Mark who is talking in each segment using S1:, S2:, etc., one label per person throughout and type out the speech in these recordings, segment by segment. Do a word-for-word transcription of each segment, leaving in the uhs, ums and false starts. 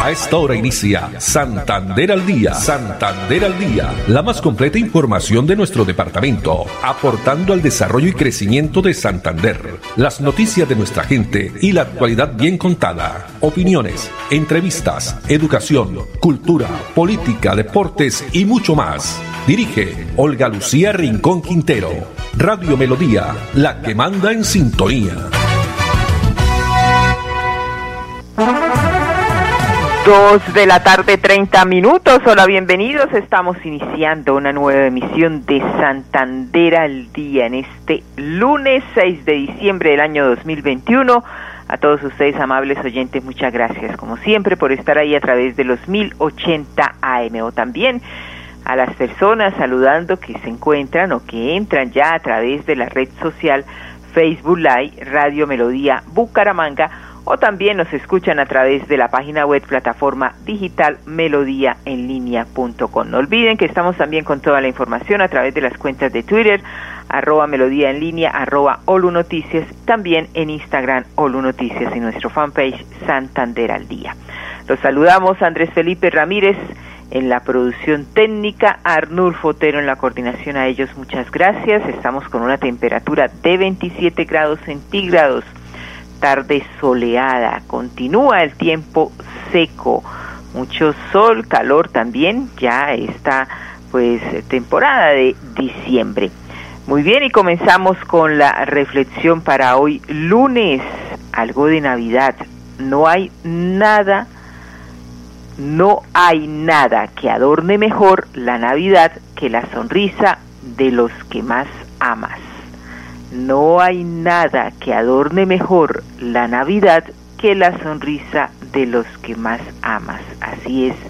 S1: A esta hora inicia Santander al Día. Santander al Día. La más completa información de nuestro departamento, aportando al desarrollo y crecimiento de Santander. Las noticias de nuestra gente y la actualidad bien contada. Opiniones, entrevistas, educación, cultura, política, deportes y mucho más. Dirige Olga Lucía Rincón Quintero. Radio Melodía, la que manda en sintonía.
S2: Dos de la tarde, treinta minutos. Hola, bienvenidos. Estamos iniciando una nueva emisión de Santander al Día en este lunes seis de diciembre del año dos mil veintiuno. A todos ustedes, amables oyentes, muchas gracias, como siempre, por estar ahí a través de los mil ochenta A M, o también a las personas saludando que se encuentran o que entran ya a través de la red social Facebook Live, Radio Melodía Bucaramanga, o también nos escuchan a través de la página web plataforma digital melodía en línea punto com. No olviden que estamos también con toda la información a través de las cuentas de Twitter, arroba melodía en línea, arroba Olu Noticias, también en Instagram Olu Noticias y nuestro fanpage Santander al Día. Los saludamos, Andrés Felipe Ramírez en la producción técnica, Arnulfo Otero en la coordinación. A ellos muchas gracias. Estamos con una temperatura de veintisiete grados centígrados, tarde soleada, continúa el tiempo seco, mucho sol, calor también, ya está pues temporada de diciembre. Muy bien, y comenzamos con la reflexión para hoy lunes, algo de Navidad. No hay nada, no hay nada que adorne mejor la Navidad que la sonrisa de los que más amas. No hay nada que adorne mejor la Navidad que la sonrisa de los que más amas. Así es,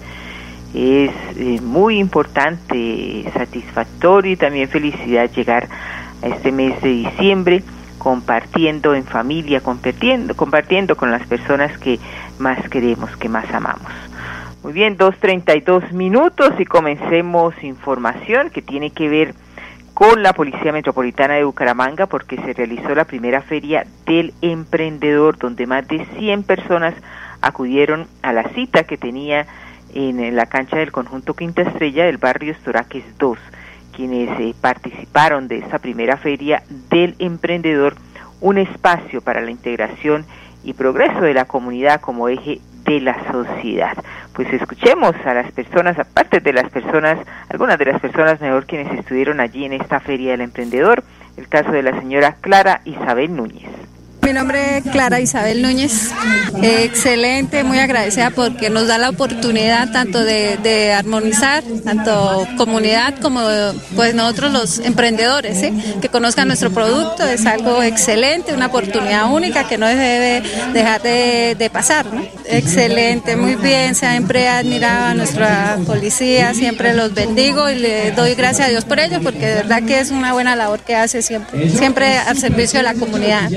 S2: es eh, muy importante, satisfactorio y también felicidad llegar a este mes de diciembre compartiendo en familia, compartiendo, compartiendo con las personas que más queremos, que más amamos. Muy bien, dos treinta y dos minutos y comencemos información que tiene que ver con la Policía Metropolitana de Bucaramanga, porque se realizó la primera feria del emprendedor, donde más de cien personas acudieron a la cita que tenía en la cancha del conjunto Quinta Estrella del barrio Estoraques dos, quienes eh, participaron de esta primera feria del emprendedor, un espacio para la integración y progreso de la comunidad como eje de la sociedad. Pues escuchemos a las personas, aparte de las personas, algunas de las personas mejor quienes estuvieron allí en esta Feria del Emprendedor, el caso de la señora Clara Isabel Núñez.
S3: Mi nombre es Clara Isabel Núñez, eh, excelente, muy agradecida porque nos da la oportunidad tanto de, de armonizar, tanto comunidad como pues nosotros los emprendedores, ¿eh? que conozcan nuestro producto, es algo excelente, una oportunidad única que no se debe dejar de, de pasar, ¿no? Excelente, muy bien, siempre he admirado a nuestra policía, siempre los bendigo y le doy gracias a Dios por ello, porque de verdad que es una buena labor que hace siempre, siempre al servicio de la comunidad.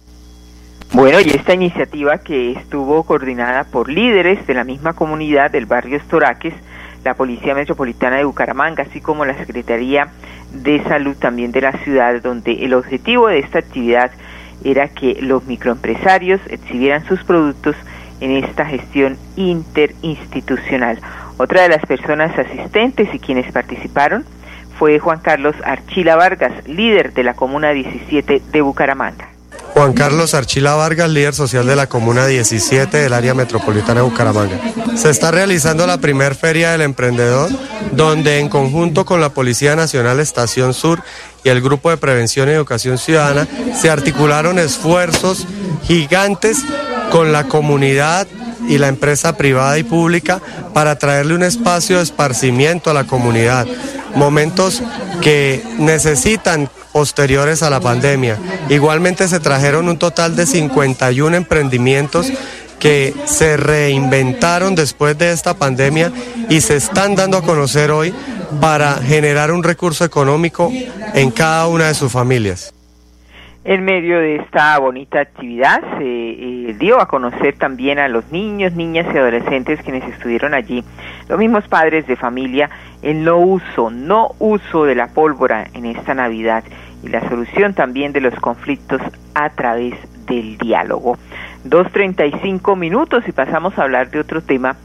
S2: Bueno, y esta iniciativa que estuvo coordinada por líderes de la misma comunidad del barrio Estoraques, la Policía Metropolitana de Bucaramanga, así como la Secretaría de Salud también de la ciudad, donde el objetivo de esta actividad era que los microempresarios exhibieran sus productos en esta gestión interinstitucional. Otra de las personas asistentes y quienes participaron fue Juan Carlos Archila Vargas, líder de la Comuna diecisiete de Bucaramanga.
S4: Juan Carlos Archila Vargas, líder social de la Comuna diecisiete del área metropolitana de Bucaramanga. Se está realizando la primer Feria del Emprendedor, donde en conjunto con la Policía Nacional Estación Sur y el Grupo de Prevención y Educación Ciudadana se articularon esfuerzos gigantes con la comunidad y la empresa privada y pública para traerle un espacio de esparcimiento a la comunidad. Momentos que necesitan posteriores a la pandemia. Igualmente se trajeron un total de cincuenta y uno emprendimientos que se reinventaron después de esta pandemia y se están dando a conocer hoy para generar un recurso económico en cada una de sus familias.
S2: En medio de esta bonita actividad se eh, dio a conocer también a los niños, niñas y adolescentes quienes estuvieron allí, los mismos padres de familia, el no uso, no uso de la pólvora en esta Navidad y la solución también de los conflictos a través del diálogo. dos treinta y cinco minutos y pasamos a hablar de otro tema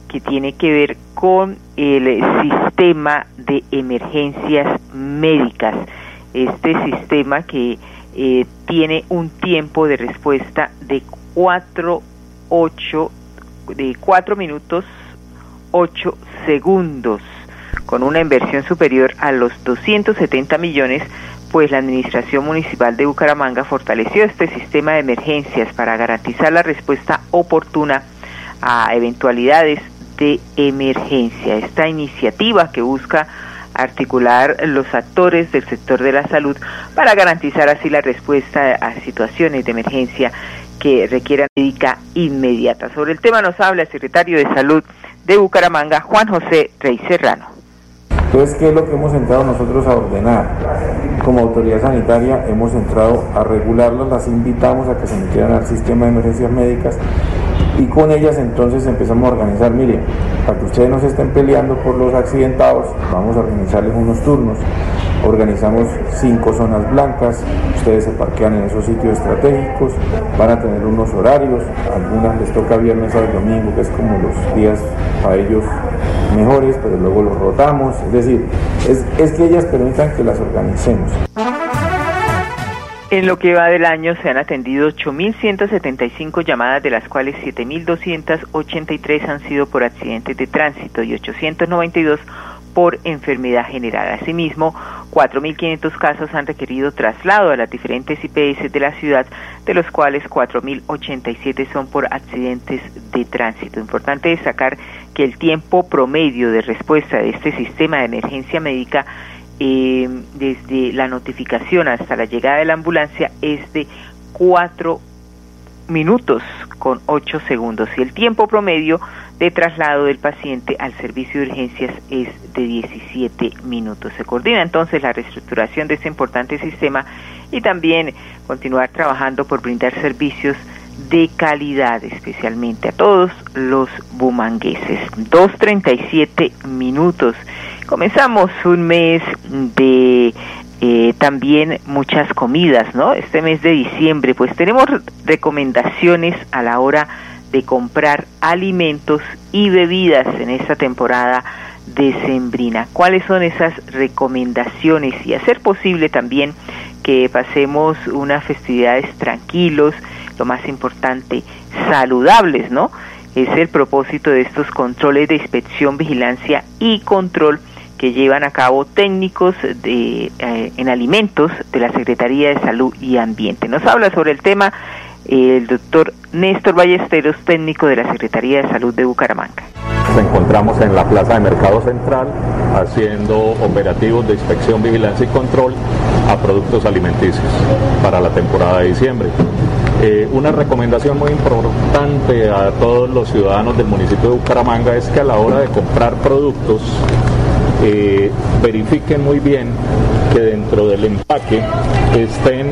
S2: que tiene que ver con el sistema de emergencias médicas. Este sistema que eh, tiene un tiempo de respuesta de cuatro, ocho, de cuatro minutos, ocho segundos, con una inversión superior a los doscientos setenta millones, pues la Administración Municipal de Bucaramanga fortaleció este sistema de emergencias para garantizar la respuesta oportuna a eventualidades de emergencia. Esta iniciativa que busca articular los actores del sector de la salud para garantizar así la respuesta a situaciones de emergencia que requieran médica inmediata. Sobre el tema nos habla el secretario de Salud de Bucaramanga, Juan José Rey Serrano.
S5: Entonces, ¿qué es lo que hemos entrado nosotros a ordenar? Como autoridad sanitaria hemos entrado a regularlas, las invitamos a que se metieran al sistema de emergencias médicas y con ellas entonces empezamos a organizar, mire, para que ustedes no se estén peleando por los accidentados, vamos a organizarles unos turnos, organizamos cinco zonas blancas, ustedes se parquean en esos sitios estratégicos, van a tener unos horarios, algunas les toca viernes, sábado y domingo, que es como los días para ellos mejores, pero luego los rotamos, es decir, es, es que ellas permitan que las organicemos.
S2: En lo que va del año se han atendido ocho mil ciento setenta y cinco llamadas, de las cuales siete mil doscientos ochenta y tres han sido por accidentes de tránsito y ochocientos noventa y dos por enfermedad general. Asimismo, cuatro mil quinientos casos han requerido traslado a las diferentes I P S de la ciudad, de los cuales cuatro mil ochenta y siete son por accidentes de tránsito. Importante destacar que el tiempo promedio de respuesta de este sistema de emergencia médica Eh, desde la notificación hasta la llegada de la ambulancia es de cuatro minutos con ocho segundos y el tiempo promedio de traslado del paciente al servicio de urgencias es de diecisiete minutos. Se coordina entonces la reestructuración de este importante sistema y también continuar trabajando por brindar servicios de calidad, especialmente a todos los bumangueses. dos treinta y siete minutos. Comenzamos un mes de eh, también muchas comidas, ¿no? Este mes de diciembre, pues tenemos recomendaciones a la hora de comprar alimentos y bebidas en esta temporada decembrina. ¿Cuáles son esas recomendaciones? Y hacer posible también que pasemos unas festividades tranquilos, lo más importante, saludables, ¿no? Es el propósito de estos controles de inspección, vigilancia y control que llevan a cabo técnicos de, eh, en alimentos de la Secretaría de Salud y Ambiente. Nos habla sobre el tema eh, el doctor Néstor Ballesteros, técnico de la Secretaría de Salud de Bucaramanga.
S6: Nos encontramos en la Plaza de Mercado Central haciendo operativos de inspección, vigilancia y control a productos alimenticios para la temporada de diciembre. Eh, una recomendación muy importante a todos los ciudadanos del municipio de Bucaramanga es que a la hora de comprar productos eh, verifiquen muy bien que dentro del empaque estén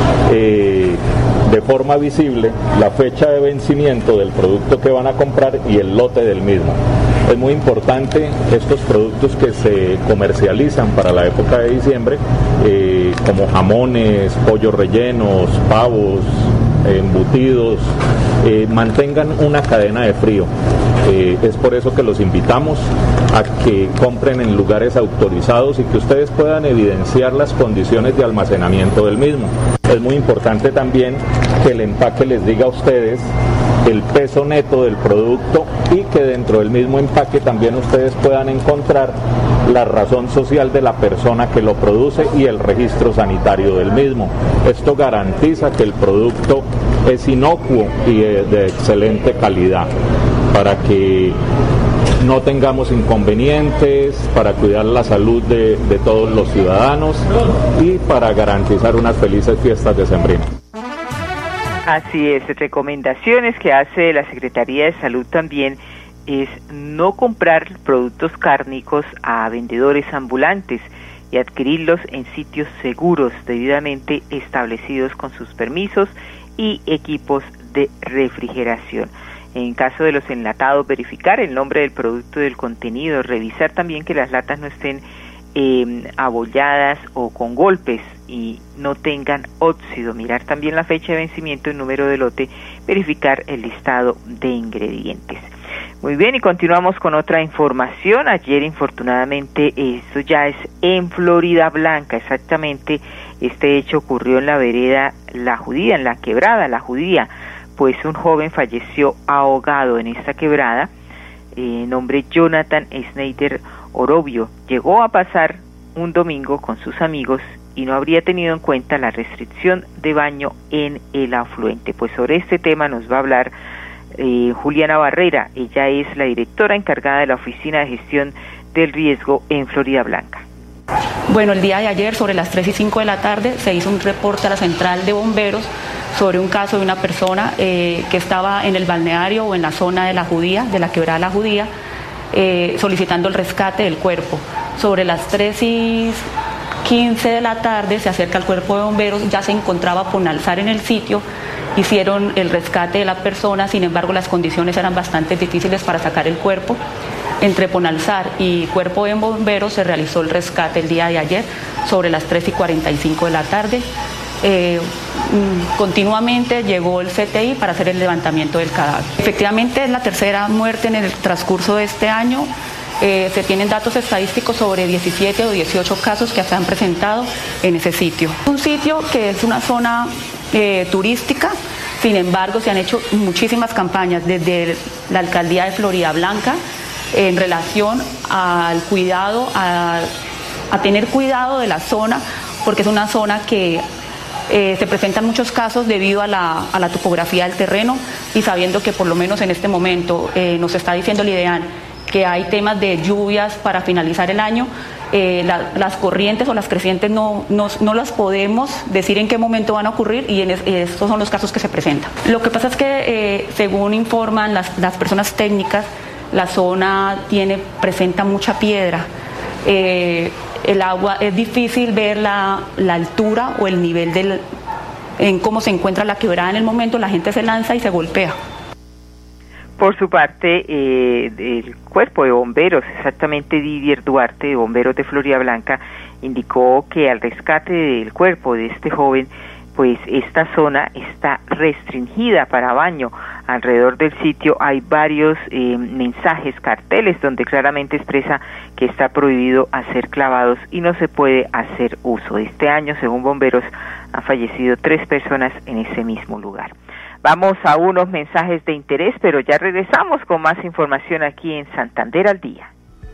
S6: eh, de forma visible la fecha de vencimiento del producto que van a comprar y el lote del mismo. Es muy importante estos productos que se comercializan para la época de diciembre, eh, como jamones, pollos rellenos, pavos, embutidos, eh, mantengan una cadena de frío. Eh, es por eso que los invitamos a que compren en lugares autorizados y que ustedes puedan evidenciar las condiciones de almacenamiento del mismo. Es muy importante también que el empaque les diga a ustedes el peso neto del producto y que dentro del mismo empaque también ustedes puedan encontrar la razón social de la persona que lo produce y el registro sanitario del mismo. Esto garantiza que el producto es inocuo y de excelente calidad, para que no tengamos inconvenientes, para cuidar la salud de, de todos los ciudadanos y para garantizar unas felices fiestas decembrinas.
S2: Así es, recomendaciones que hace la Secretaría de Salud también es no comprar productos cárnicos a vendedores ambulantes y adquirirlos en sitios seguros debidamente establecidos con sus permisos y equipos de refrigeración. En caso de los enlatados, verificar el nombre del producto y del contenido, revisar también que las latas no estén eh, abolladas o con golpes y no tengan óxido, mirar también la fecha de vencimiento, el número de lote, verificar el listado de ingredientes. Muy bien, y continuamos con otra información. Ayer, infortunadamente, esto ya es en Florida Blanca, exactamente. Este hecho ocurrió en la vereda La Judía, en la quebrada La Judía, pues un joven falleció ahogado en esta quebrada, eh, nombre Jonathan Snyder Orobio. Llegó a pasar un domingo con sus amigos y no habría tenido en cuenta la restricción de baño en el afluente. Pues sobre este tema nos va a hablar Eh, Juliana Barrera. Ella es la directora encargada de la Oficina de Gestión del Riesgo en Florida Blanca.
S7: Bueno, el día de ayer, sobre las tres y cinco de la tarde, se hizo un reporte a la central de bomberos sobre un caso de una persona eh, que estaba en el balneario o en la zona de La Judía, de la quebrada La Judía, eh, solicitando el rescate del cuerpo. Sobre las tres y quince de la tarde se acerca al cuerpo de bomberos, ya se encontraba Ponalzar en el sitio. Hicieron el rescate de la persona, sin embargo las condiciones eran bastante difíciles para sacar el cuerpo. Entre Ponalzar y cuerpo de bomberos se realizó el rescate el día de ayer sobre las tres y cuarenta y cinco de la tarde. Eh, continuamente llegó el C T I para hacer el levantamiento del cadáver. Efectivamente es la tercera muerte en el transcurso de este año. Eh, se tienen datos estadísticos sobre diecisiete o dieciocho casos que se han presentado en ese sitio. Un sitio que es una zona eh, turística, sin embargo se han hecho muchísimas campañas desde la alcaldía de Florida Blanca en relación al cuidado, a, a tener cuidado de la zona, porque es una zona que eh, se presentan muchos casos debido a la, a la topografía del terreno, y sabiendo que por lo menos en este momento eh, nos está diciendo el IDEAN que hay temas de lluvias para finalizar el año. Eh, la, las corrientes o las crecientes no, no, no las podemos decir en qué momento van a ocurrir, y en es, estos son los casos que se presentan. Lo que pasa es que eh, según informan las, las personas técnicas, la zona tiene, presenta mucha piedra, eh, el agua, es difícil ver la, la altura o el nivel del, en cómo se encuentra la quebrada en el momento. La gente se lanza y se golpea.
S2: Por su parte, eh, el cuerpo de bomberos, exactamente Didier Duarte, de Bomberos de Florida Blanca, indicó que al rescate del cuerpo de este joven, pues esta zona está restringida para baño. Alrededor del sitio hay varios eh, mensajes, carteles, donde claramente expresa que está prohibido hacer clavados y no se puede hacer uso. Este año, según bomberos, han fallecido tres personas en ese mismo lugar. Vamos a unos mensajes de interés, pero ya regresamos con más información aquí en Santander al Día.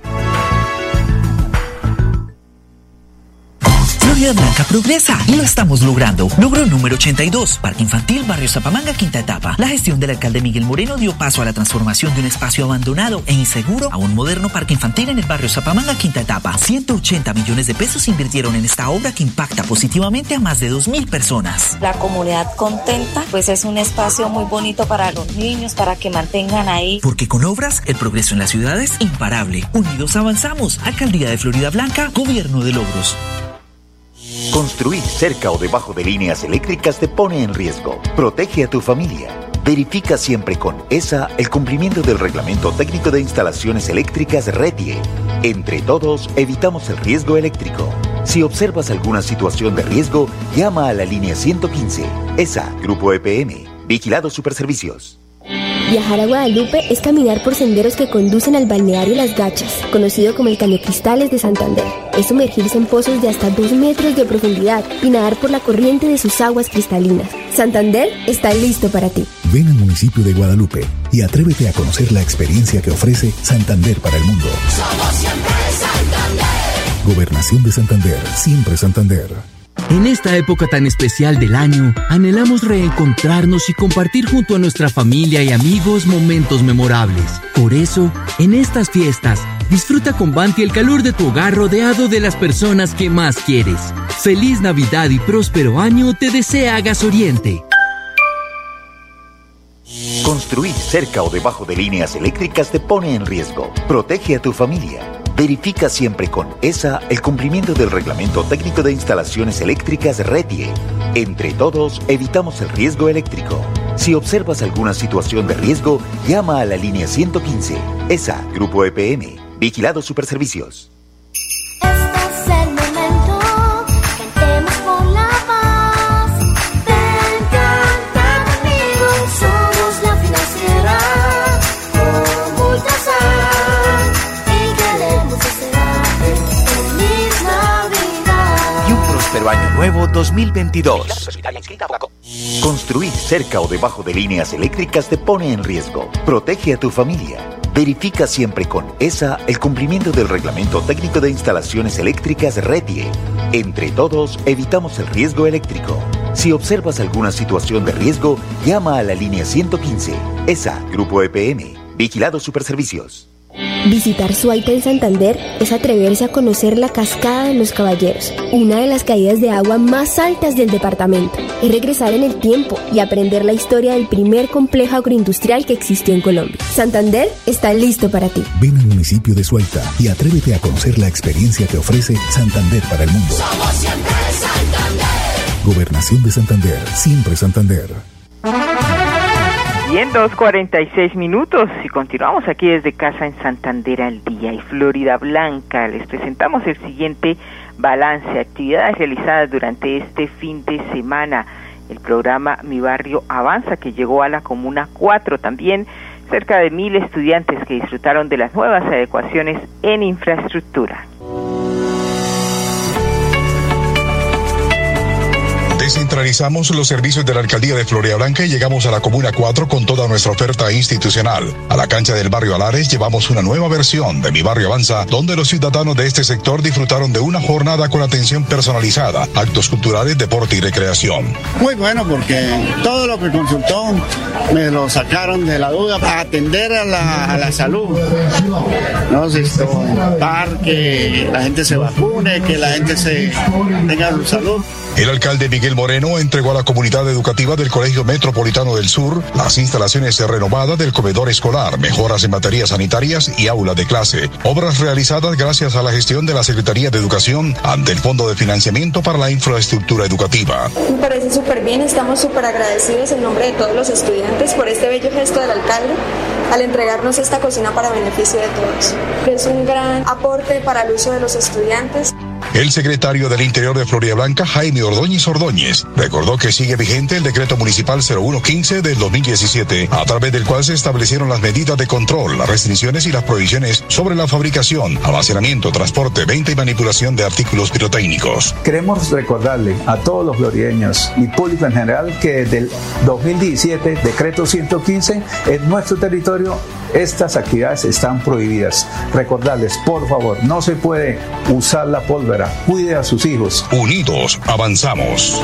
S8: Florida Blanca progresa y lo estamos logrando. Logro número ochenta y dos, Parque Infantil, Barrio Zapamanga, quinta etapa. La gestión del alcalde Miguel Moreno dio paso a la transformación de un espacio abandonado e inseguro a un moderno parque infantil en el Barrio Zapamanga, quinta etapa. ciento ochenta millones de pesos se invirtieron en esta obra que impacta positivamente a más de dos mil personas.
S9: La comunidad contenta, pues es un espacio muy bonito para los niños, para que mantengan ahí.
S8: Porque con obras, el progreso en la ciudad es imparable. Unidos avanzamos. Alcaldía de Florida Blanca, Gobierno de Logros.
S10: Construir cerca o debajo de líneas eléctricas te pone en riesgo. Protege a tu familia. Verifica siempre con E S A el cumplimiento del Reglamento Técnico de Instalaciones Eléctricas RETIE. Entre todos, evitamos el riesgo eléctrico. Si observas alguna situación de riesgo, llama a la línea ciento quince. E S A, Grupo E P M. Vigilados Superservicios.
S11: Viajar a Guadalupe es caminar por senderos que conducen al balneario Las Gachas, conocido como el Caño Cristales de Santander. Es sumergirse en pozos de hasta dos metros de profundidad y nadar por la corriente de sus aguas cristalinas. Santander está listo para ti.
S12: Ven al municipio de Guadalupe y atrévete a conocer la experiencia que ofrece Santander para el mundo.
S13: Somos siempre Santander.
S12: Gobernación de Santander, siempre Santander.
S14: En esta época tan especial del año, anhelamos reencontrarnos y compartir junto a nuestra familia y amigos momentos memorables. Por eso, en estas fiestas, disfruta con Banti el calor de tu hogar rodeado de las personas que más quieres. Feliz Navidad y próspero año te desea Gas Oriente.
S10: Construir cerca o debajo de líneas eléctricas te pone en riesgo. Protege a tu familia. Verifica siempre con E S A el cumplimiento del Reglamento Técnico de Instalaciones Eléctricas RETIE. Entre todos, evitamos el riesgo eléctrico. Si observas alguna situación de riesgo, llama a la línea ciento quince. E S A, Grupo E P M. Vigilados Superservicios. dos mil veintidós. Construir cerca o debajo de líneas eléctricas te pone en riesgo. Protege a tu familia. Verifica siempre con E S A el cumplimiento del Reglamento Técnico de Instalaciones Eléctricas RETIE. Entre todos, evitamos el riesgo eléctrico. Si observas alguna situación de riesgo, llama a la línea ciento quince. E S A, Grupo E P M. Vigilado Superservicios.
S11: Visitar Suaita en Santander es atreverse a conocer la Cascada de los Caballeros, una de las caídas de agua más altas del departamento. Es regresar en el tiempo y aprender la historia del primer complejo agroindustrial que existió en Colombia. Santander está listo para ti.
S12: Ven al municipio de Suaita y atrévete a conocer la experiencia que ofrece Santander para el mundo.
S13: Somos siempre Santander.
S12: Gobernación de Santander, siempre Santander.
S2: Bien, dos cuarenta y seis minutos y continuamos aquí desde casa en Santander al Día y Florida Blanca. Les presentamos el siguiente balance de actividades realizadas durante este fin de semana. El programa Mi Barrio Avanza, que llegó a la Comuna cuatro, también cerca de mil estudiantes que disfrutaron de las nuevas adecuaciones en infraestructura.
S15: Descentralizamos los servicios de la Alcaldía de Floridablanca y llegamos a la Comuna cuatro con toda nuestra oferta institucional. A la cancha del barrio Alares llevamos una nueva versión de Mi Barrio Avanza, donde los ciudadanos de este sector disfrutaron de una jornada con atención personalizada, actos culturales, deporte y recreación.
S16: Muy bueno, porque todo lo que consultó me lo sacaron de la duda, a atender a la, a la salud. No sé, esto, que la gente se vacune, que la gente se tenga su salud.
S15: El alcalde Miguel Moreno entregó a la comunidad educativa del Colegio Metropolitano del Sur las instalaciones renovadas del comedor escolar, mejoras en materias sanitarias y aula de clase, obras realizadas gracias a la gestión de la Secretaría de Educación ante el Fondo de Financiamiento para la Infraestructura Educativa.
S17: Me parece súper bien, estamos súper agradecidos en nombre de todos los estudiantes por este bello gesto del alcalde al entregarnos esta cocina para beneficio de todos. Es un gran aporte para el uso de los estudiantes.
S15: El secretario del Interior de Floridablanca, Jaime Ordóñez Ordóñez, recordó que sigue vigente el decreto municipal cero uno quince del dos mil diecisiete, a través del cual se establecieron las medidas de control, las restricciones y las prohibiciones sobre la fabricación, almacenamiento, transporte, venta y manipulación de artículos pirotécnicos.
S18: Queremos recordarle a todos los florideños y público en general que desde el dos mil diecisiete, decreto ciento quince, en nuestro territorio estas actividades están prohibidas. Recordarles, por favor, no se puede usar la pólvora. Cuide a sus hijos.
S15: Unidos, avanzamos.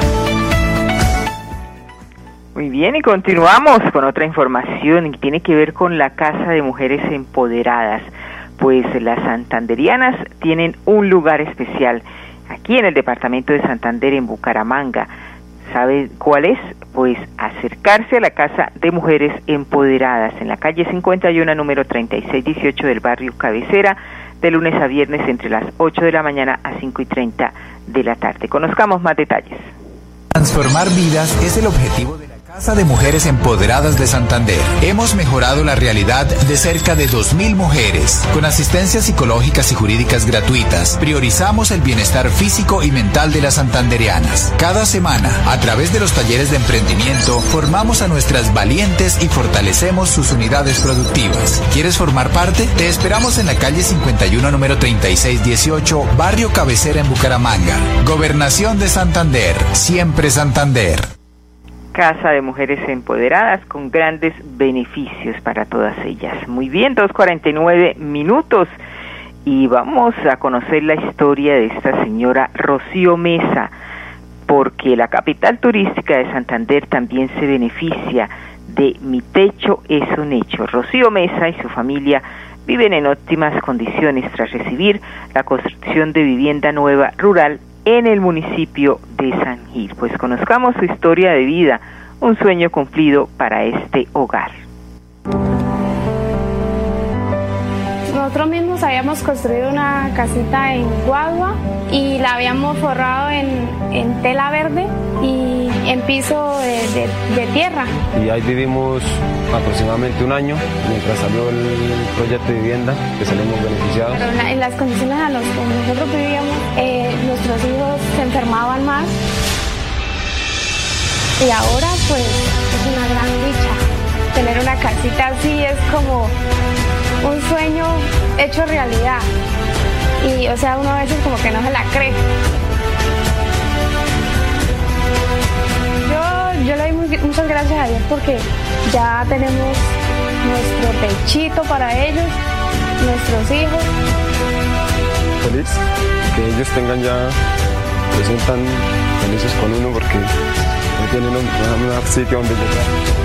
S2: Muy bien, y continuamos con otra información que tiene que ver con la Casa de Mujeres Empoderadas. Pues las santanderianas tienen un lugar especial aquí en el departamento de Santander, en Bucaramanga. ¿Sabe cuál es? Pues acercarse a la Casa de Mujeres Empoderadas en la calle cincuenta y uno, número treinta y seis dieciocho del barrio Cabecera, de lunes a viernes entre las ocho de la mañana a cinco y treinta de la tarde. Conozcamos más detalles.
S19: Transformar vidas es el objetivo de la Casa de Mujeres Empoderadas de Santander. Hemos mejorado la realidad de cerca de dos mil mujeres. Con asistencias psicológicas y jurídicas gratuitas, priorizamos el bienestar físico y mental de las santanderianas. Cada semana, a través de los talleres de emprendimiento, formamos a nuestras valientes y fortalecemos sus unidades productivas. ¿Quieres formar parte? Te esperamos en la calle cincuenta y uno, número treinta y seis dieciocho, barrio Cabecera, en Bucaramanga. Gobernación de Santander, siempre Santander.
S2: Casa de Mujeres Empoderadas con grandes beneficios para todas ellas. Muy bien, dos cuarenta y nueve minutos y vamos a conocer la historia de esta señora Rocío Mesa, porque la capital turística de Santander también se beneficia de Mi Techo es un Hecho. Rocío Mesa y su familia viven en óptimas condiciones tras recibir la construcción de vivienda nueva rural en el municipio de San Gil. Pues conozcamos su historia de vida, un sueño cumplido para este hogar.
S20: Nosotros mismos habíamos construido una casita en Guagua y la habíamos forrado en, en tela verde y en piso de, de, de tierra.
S21: Y ahí vivimos aproximadamente un año mientras salió el proyecto de vivienda, que salimos beneficiados.
S20: Pero en, la, en las condiciones a las que nosotros vivíamos, eh, nuestros hijos se enfermaban más y ahora pues es una gran dicha. Tener una casita así es como un sueño hecho realidad y o sea uno a veces como que no se la cree. muchas gracias a Dios porque ya tenemos nuestro techito para ellos, nuestros hijos.
S21: Feliz que ellos tengan ya, se sientan felices con uno porque no tienen un, un sitio donde llegar.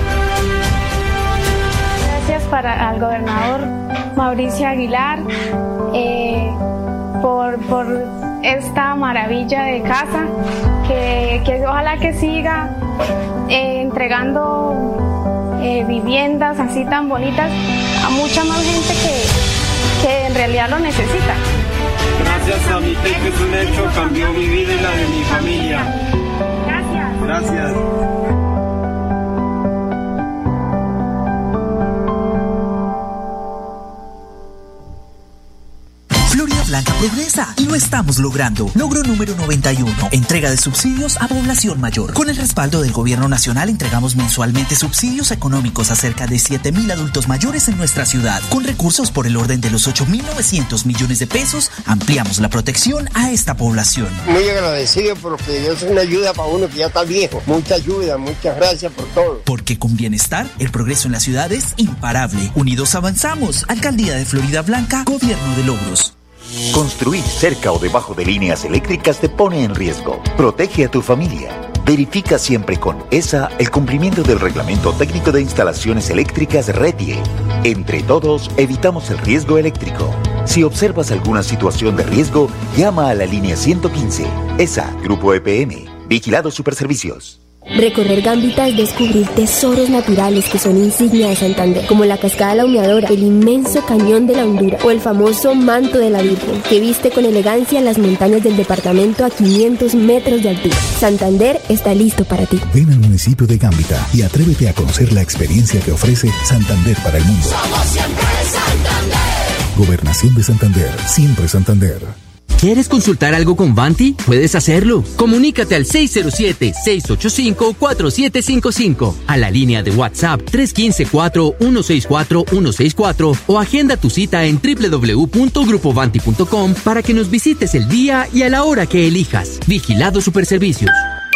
S20: Gracias para al gobernador Mauricio Aguilar eh, por, por esta maravilla de casa, que, que ojalá que siga eh, entregando eh, viviendas así tan bonitas a mucha más gente que, que en realidad lo necesita.
S1: Gracias a mi techo es un hecho, cambió mi vida y la de mi familia.
S20: Gracias.
S1: Gracias.
S8: Blanca progresa y lo estamos logrando. Logro número noventa y uno. Entrega de subsidios a población mayor. Con el respaldo del Gobierno Nacional entregamos mensualmente subsidios económicos a cerca de siete mil adultos mayores en nuestra ciudad. Con recursos por el orden de los ocho mil novecientos millones de pesos, ampliamos la protección a esta población.
S22: Muy agradecido porque es una ayuda para uno que ya está viejo. Mucha ayuda, muchas gracias por todo.
S8: Porque con bienestar, el progreso en la ciudad es imparable. Unidos avanzamos. Alcaldía de Florida Blanca, Gobierno de Logros.
S10: Construir cerca o debajo de líneas eléctricas te pone en riesgo. Protege a tu familia. Verifica siempre con E S A el cumplimiento del Reglamento Técnico de Instalaciones Eléctricas RETIE. Entre todos, evitamos el riesgo eléctrico. Si observas alguna situación de riesgo, llama a la línea ciento quince. E S A, Grupo E P M. Vigilado Superservicios.
S11: Recorrer Gambita es descubrir tesoros naturales que son insignia de Santander, como la Cascada La Humeadora, el inmenso Cañón de la Hondura o el famoso Manto de la Virgen, que viste con elegancia las montañas del departamento a quinientos metros de altura. Santander está listo para ti.
S12: Ven al municipio de Gambita y atrévete a conocer la experiencia que ofrece Santander para el mundo.
S13: Somos siempre Santander.
S12: Gobernación de Santander, siempre Santander.
S14: ¿Quieres consultar algo con Vanti? Puedes hacerlo. Comunícate al seis cero siete, seis ocho cinco, cuatro siete cinco cinco, a la línea de WhatsApp tres uno cinco, cuatro uno seis cuatro uno seis cuatro o agenda tu cita en doble u doble u doble u punto grupo vanti punto com para que nos visites el día y a la hora que elijas. Vigilado Superservicios.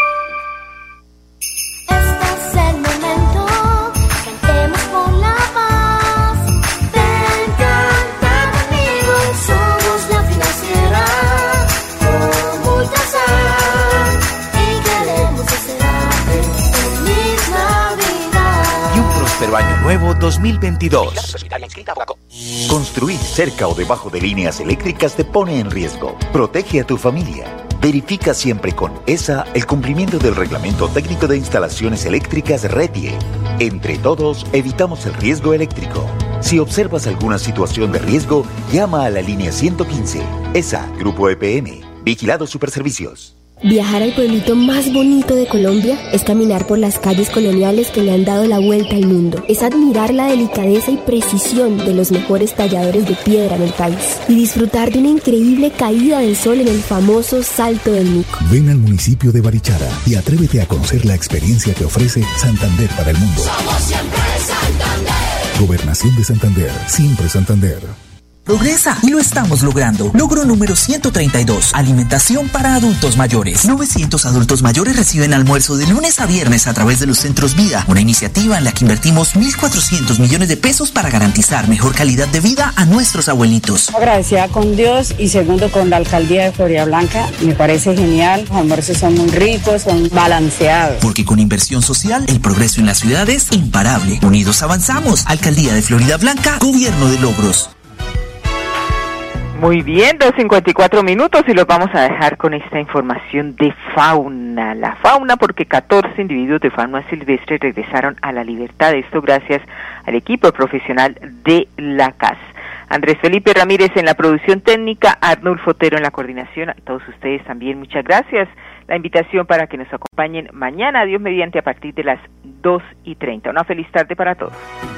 S10: Año Nuevo dos mil veintidós. Construir cerca o debajo de líneas eléctricas te pone en riesgo. Protege a tu familia. Verifica siempre con E S A el cumplimiento del Reglamento Técnico de Instalaciones Eléctricas RETIE. Entre todos, evitamos el riesgo eléctrico. Si observas alguna situación de riesgo, llama a la línea ciento quince. E S A, Grupo E P M. Vigilado Superservicios.
S11: Viajar al pueblito más bonito de Colombia es caminar por las calles coloniales que le han dado la vuelta al mundo. Es admirar la delicadeza y precisión de los mejores talladores de piedra en el país y disfrutar de una increíble caída del sol en el famoso Salto del Mico.
S12: Ven al municipio de Barichara y atrévete a conocer la experiencia que ofrece Santander para el mundo.
S13: Somos siempre Santander.
S12: Gobernación de Santander, siempre Santander.
S8: Progresa y lo estamos logrando. Logro número ciento treinta y dos. Alimentación para adultos mayores. novecientos adultos mayores reciben almuerzo de lunes a viernes a través de los Centros Vida, una iniciativa en la que invertimos mil cuatrocientos millones de pesos para garantizar mejor calidad de vida a nuestros abuelitos.
S23: Agradecida con Dios y segundo con la Alcaldía de Florida Blanca. Me parece genial. Los almuerzos son muy ricos, son balanceados.
S8: Porque con inversión social, el progreso en la ciudad es imparable. Unidos avanzamos. Alcaldía de Florida Blanca, Gobierno de Logros.
S2: Muy bien, dos cincuenta y cuatro minutos y los vamos a dejar con esta información de fauna. La fauna porque catorce individuos de fauna silvestre regresaron a la libertad. Esto gracias al equipo profesional de la C A S. Andrés Felipe Ramírez en la producción técnica, Arnulfo Otero en la coordinación. A todos ustedes también muchas gracias. La invitación para que nos acompañen mañana, Dios mediante, a partir de las dos y treinta. Una feliz tarde para todos.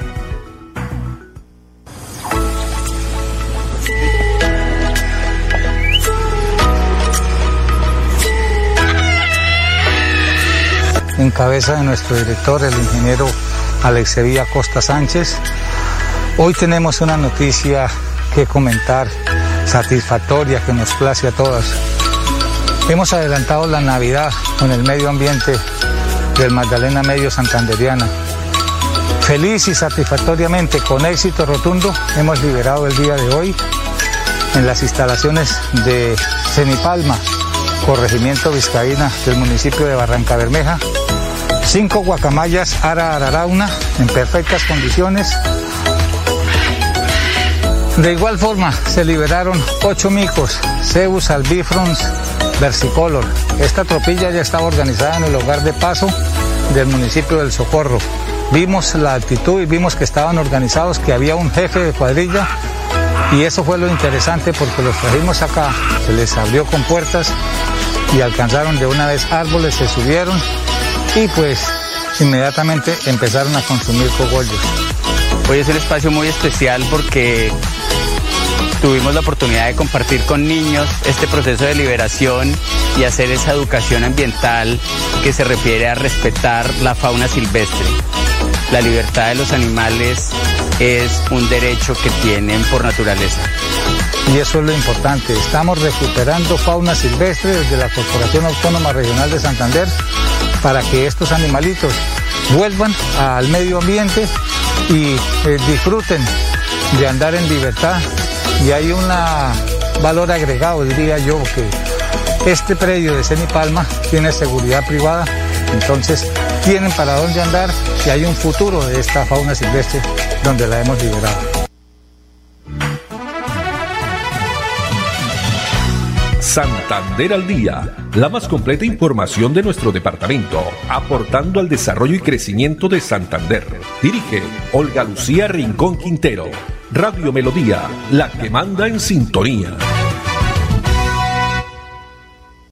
S24: En cabeza de nuestro director, el ingeniero Alex Sevilla Costa Sánchez. Hoy tenemos una noticia que comentar, satisfactoria, que nos place a todas. Hemos adelantado la Navidad con el medio ambiente del Magdalena Medio Santanderiana. Feliz y satisfactoriamente, con éxito rotundo, hemos liberado el día de hoy en las instalaciones de Cenipalma, corregimiento Vizcaína del municipio de Barranca Bermeja, cinco guacamayas Ara Ararauna en perfectas condiciones. De igual forma, se liberaron ocho micos, Zeus albifrons versicolor. Esta tropilla ya estaba organizada en el hogar de paso del municipio del Socorro. Vimos la actitud y vimos que estaban organizados, que había un jefe de cuadrilla, y eso fue lo interesante porque los trajimos acá, se les abrió con puertas y alcanzaron de una vez árboles, se subieron y pues inmediatamente empezaron a consumir cogollos.
S3: Hoy es un espacio muy especial porque tuvimos la oportunidad de compartir con niños este proceso de liberación y hacer esa educación ambiental que se refiere a respetar la fauna silvestre. La libertad de los animales es un derecho que tienen por naturaleza.
S24: Y eso es lo importante, estamos recuperando fauna silvestre desde la Corporación Autónoma Regional de Santander para que estos animalitos vuelvan al medio ambiente y eh, disfruten de andar en libertad. Y hay un valor agregado, diría yo, que este predio de Cenipalma tiene seguridad privada, entonces tienen para dónde andar y hay un futuro de esta fauna silvestre donde la hemos liberado.
S4: Santander al día, la más completa información de nuestro departamento, aportando al desarrollo y crecimiento de Santander. Dirige Olga Lucía Rincón Quintero. Radio Melodía, la que manda en sintonía.